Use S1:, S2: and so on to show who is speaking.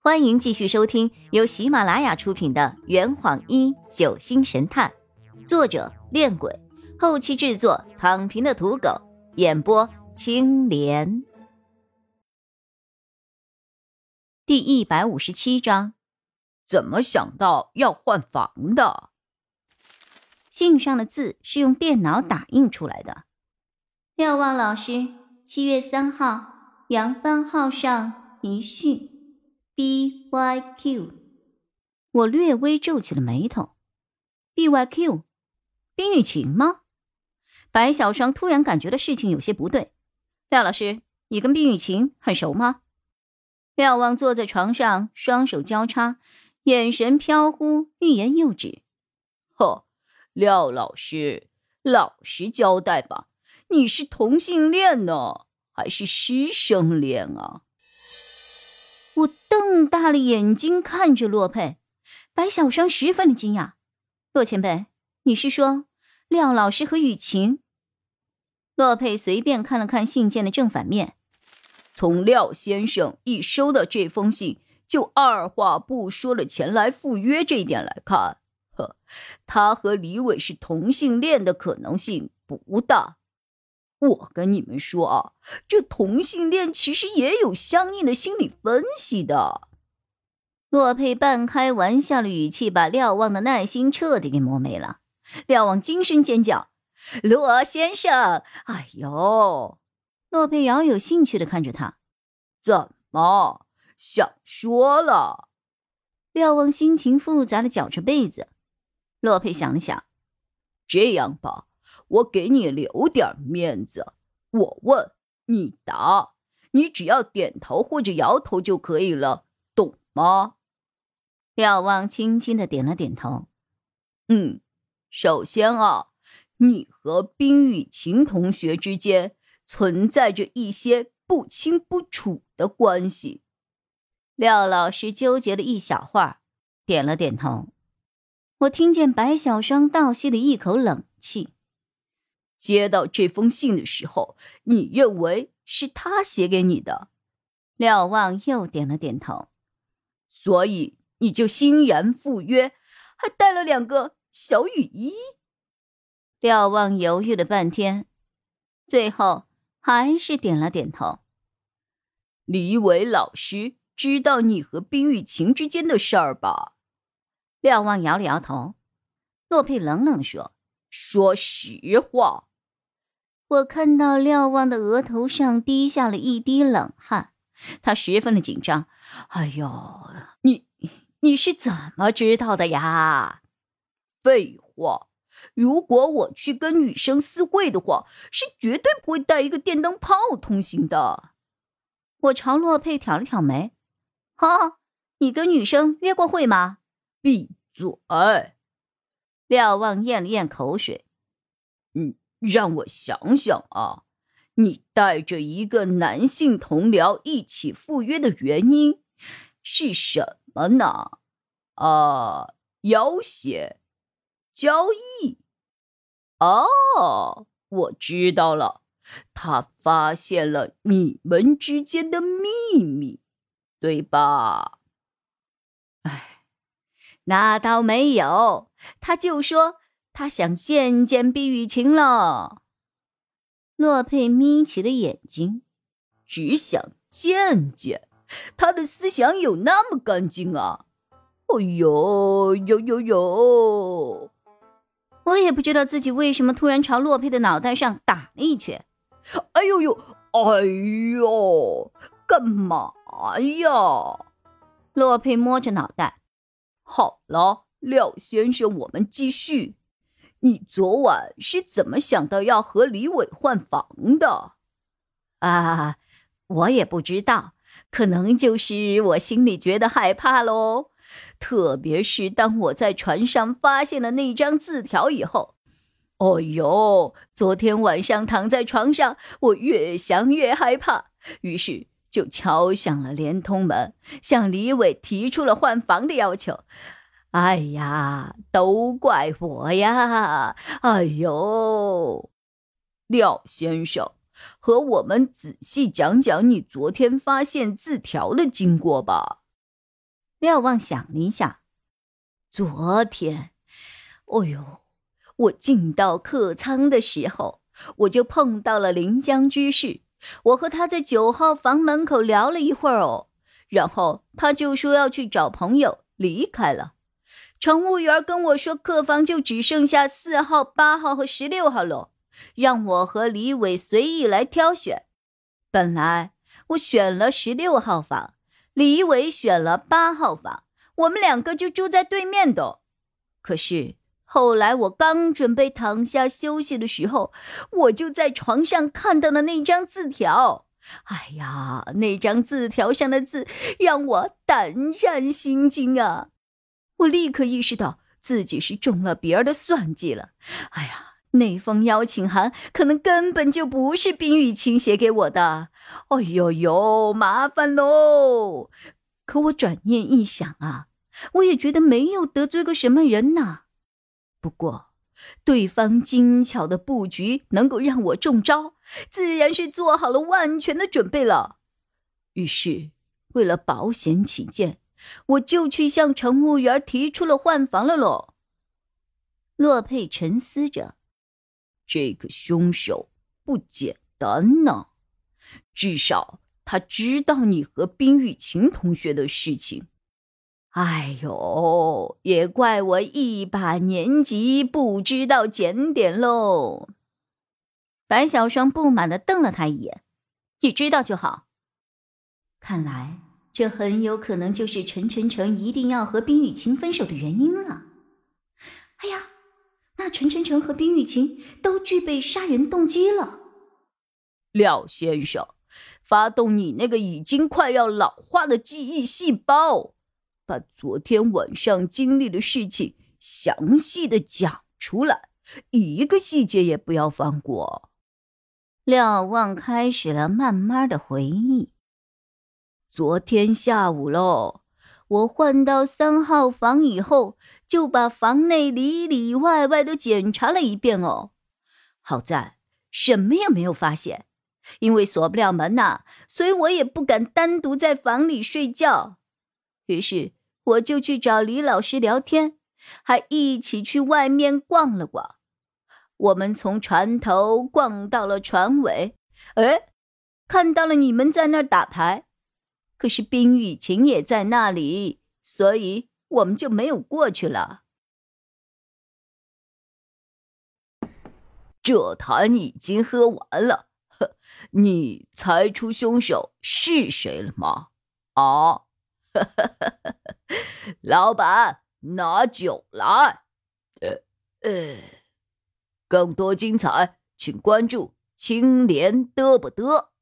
S1: 欢迎继续收听由喜马拉雅出品的《圆谎一九星神探》，作者恋鬼，后期制作躺平的土狗，演播青莲。第157章，
S2: 怎么想到要换房的？
S1: 信上的字是用电脑打印出来的。瞭望老师7月3号扬帆号上遗讯 BYQ。 我略微皱起了眉头。 BYQ 冰雨晴吗？白小霜突然感觉到事情有些不对。廖老师，你跟冰雨晴很熟吗？廖望坐在床上，双手交叉，眼神飘忽，欲言又止。
S2: 廖老师，老实交代吧，你是同性恋呢，还是师生恋啊？
S1: 我瞪大了眼睛看着洛佩，白小霜十分的惊讶。洛前辈，你是说廖老师和雨晴？洛佩随便看了看信件的正反面，
S2: 从廖先生一收到这封信就二话不说了前来赴约这一点来看，他和李伟是同性恋的可能性不大。我跟你们说啊，这同性恋其实也有相应的心理分析的。
S1: 洛佩半开玩笑的语气把廖望的耐心彻底给磨没了。廖望惊声尖叫：洛先生！哎呦！洛佩饶有兴趣地看着他。
S2: 怎么想说了？
S1: 廖望心情复杂地搅着被子。洛佩想了想，
S2: 这样吧，我给你留点面子，我问你答，你只要点头或者摇头就可以了，懂吗？
S1: 廖望轻轻地点了点头。
S2: 首先啊，你和冰雨晴同学之间存在着一些不清不楚的关系。
S1: 廖老师纠结了一小会儿，点了点头。我听见白小霜倒吸了一口冷气。
S2: 接到这封信的时候，你认为是他写给你的？
S1: 廖望又点了点头。
S2: 所以你就欣然赴约，还带了2个小雨衣？
S1: 廖望犹豫了半天，最后还是点了点头。
S2: 李伟老师知道你和冰雨晴之间的事儿吧？
S1: 廖望摇了摇头。洛佩冷冷地说：
S2: 说实话。
S1: 我看到廖望的额头上滴下了一滴冷汗，他十分的紧张。哎呦，你是怎么知道的呀？
S2: 废话，如果我去跟女生私会的话，是绝对不会带一个电灯泡通行的。
S1: 我朝洛佩挑了挑眉。你跟女生约过会吗？
S2: 闭嘴！
S1: 廖望咽了咽口水。
S2: 让我想想啊，你带着一个男性同僚一起赴约的原因是什么呢？要挟、交易。我知道了，他发现了你们之间的秘密，对吧？
S1: 那倒没有，他就说他想见见碧雨晴了。洛佩眯起了眼睛。
S2: 只想见见？他的思想有那么干净啊？
S1: 我也不知道自己为什么突然朝洛佩的脑袋上打了一拳。
S2: 干嘛呀？
S1: 洛佩摸着脑袋。
S2: 好了，廖先生，我们继续。你昨晚是怎么想到要和李伟换房的？
S1: 我也不知道，可能就是我心里觉得害怕咯。特别是当我在船上发现了那张字条以后，昨天晚上躺在床上，我越想越害怕，于是就敲响了联通门，向李伟提出了换房的要求。都怪我呀！
S2: 廖先生，和我们仔细讲讲你昨天发现字条的经过吧。
S1: 廖望想了一下，
S2: 昨天，我进到客舱的时候，我就碰到了临江居士，我和他在9号房门口聊了一会儿哦，然后他就说要去找朋友，离开了。乘务员跟我说客房就只剩下4号、8号和16号了，让我和李伟随意来挑选。本来我选了16号房，李伟选了8号房，我们2个就住在对面的。可是后来我刚准备躺下休息的时候，我就在床上看到了那张字条。哎呀，那张字条上的字让我胆战心惊啊！我立刻意识到自己是中了别人的算计了。哎呀，那封邀请函可能根本就不是冰雨晴写给我的。哎呦，麻烦喽！可我转念一想啊，我也觉得没有得罪过什么人呐。不过对方精巧的布局能够让我中招，自然是做好了万全的准备了。于是为了保险起见，我就去向乘务员提出了换房了咯。
S1: 洛佩沉思着，
S2: 这个凶手不简单呢，至少他知道你和冰雨晴同学的事情。哎呦，也怪我一把年纪不知道检点喽。
S1: 白小双不满地瞪了他一眼，你知道就好。看来这很有可能就是陈晨晨一定要和冰雨晴分手的原因了。哎呀，那陈晨晨和冰雨晴都具备杀人动机了。
S2: 廖先生，发动你那个已经快要老化的记忆细胞，把昨天晚上经历的事情详细的讲出来，一个细节也不要放过。
S1: 廖望开始了慢慢的回忆。
S2: 昨天下午咯，我换到3号房以后，就把房内里里外外都检查了一遍哦。好在什么也没有发现，因为锁不了门呐，所以我也不敢单独在房里睡觉。于是我就去找李老师聊天，还一起去外面逛了逛。我们从船头逛到了船尾，看到了你们在那儿打牌。可是冰雨晴也在那里，所以我们就没有过去了。这坛已经喝完了，你猜出凶手是谁了吗？啊，老板，拿酒来。更多精彩，请关注青莲嘚不嘚。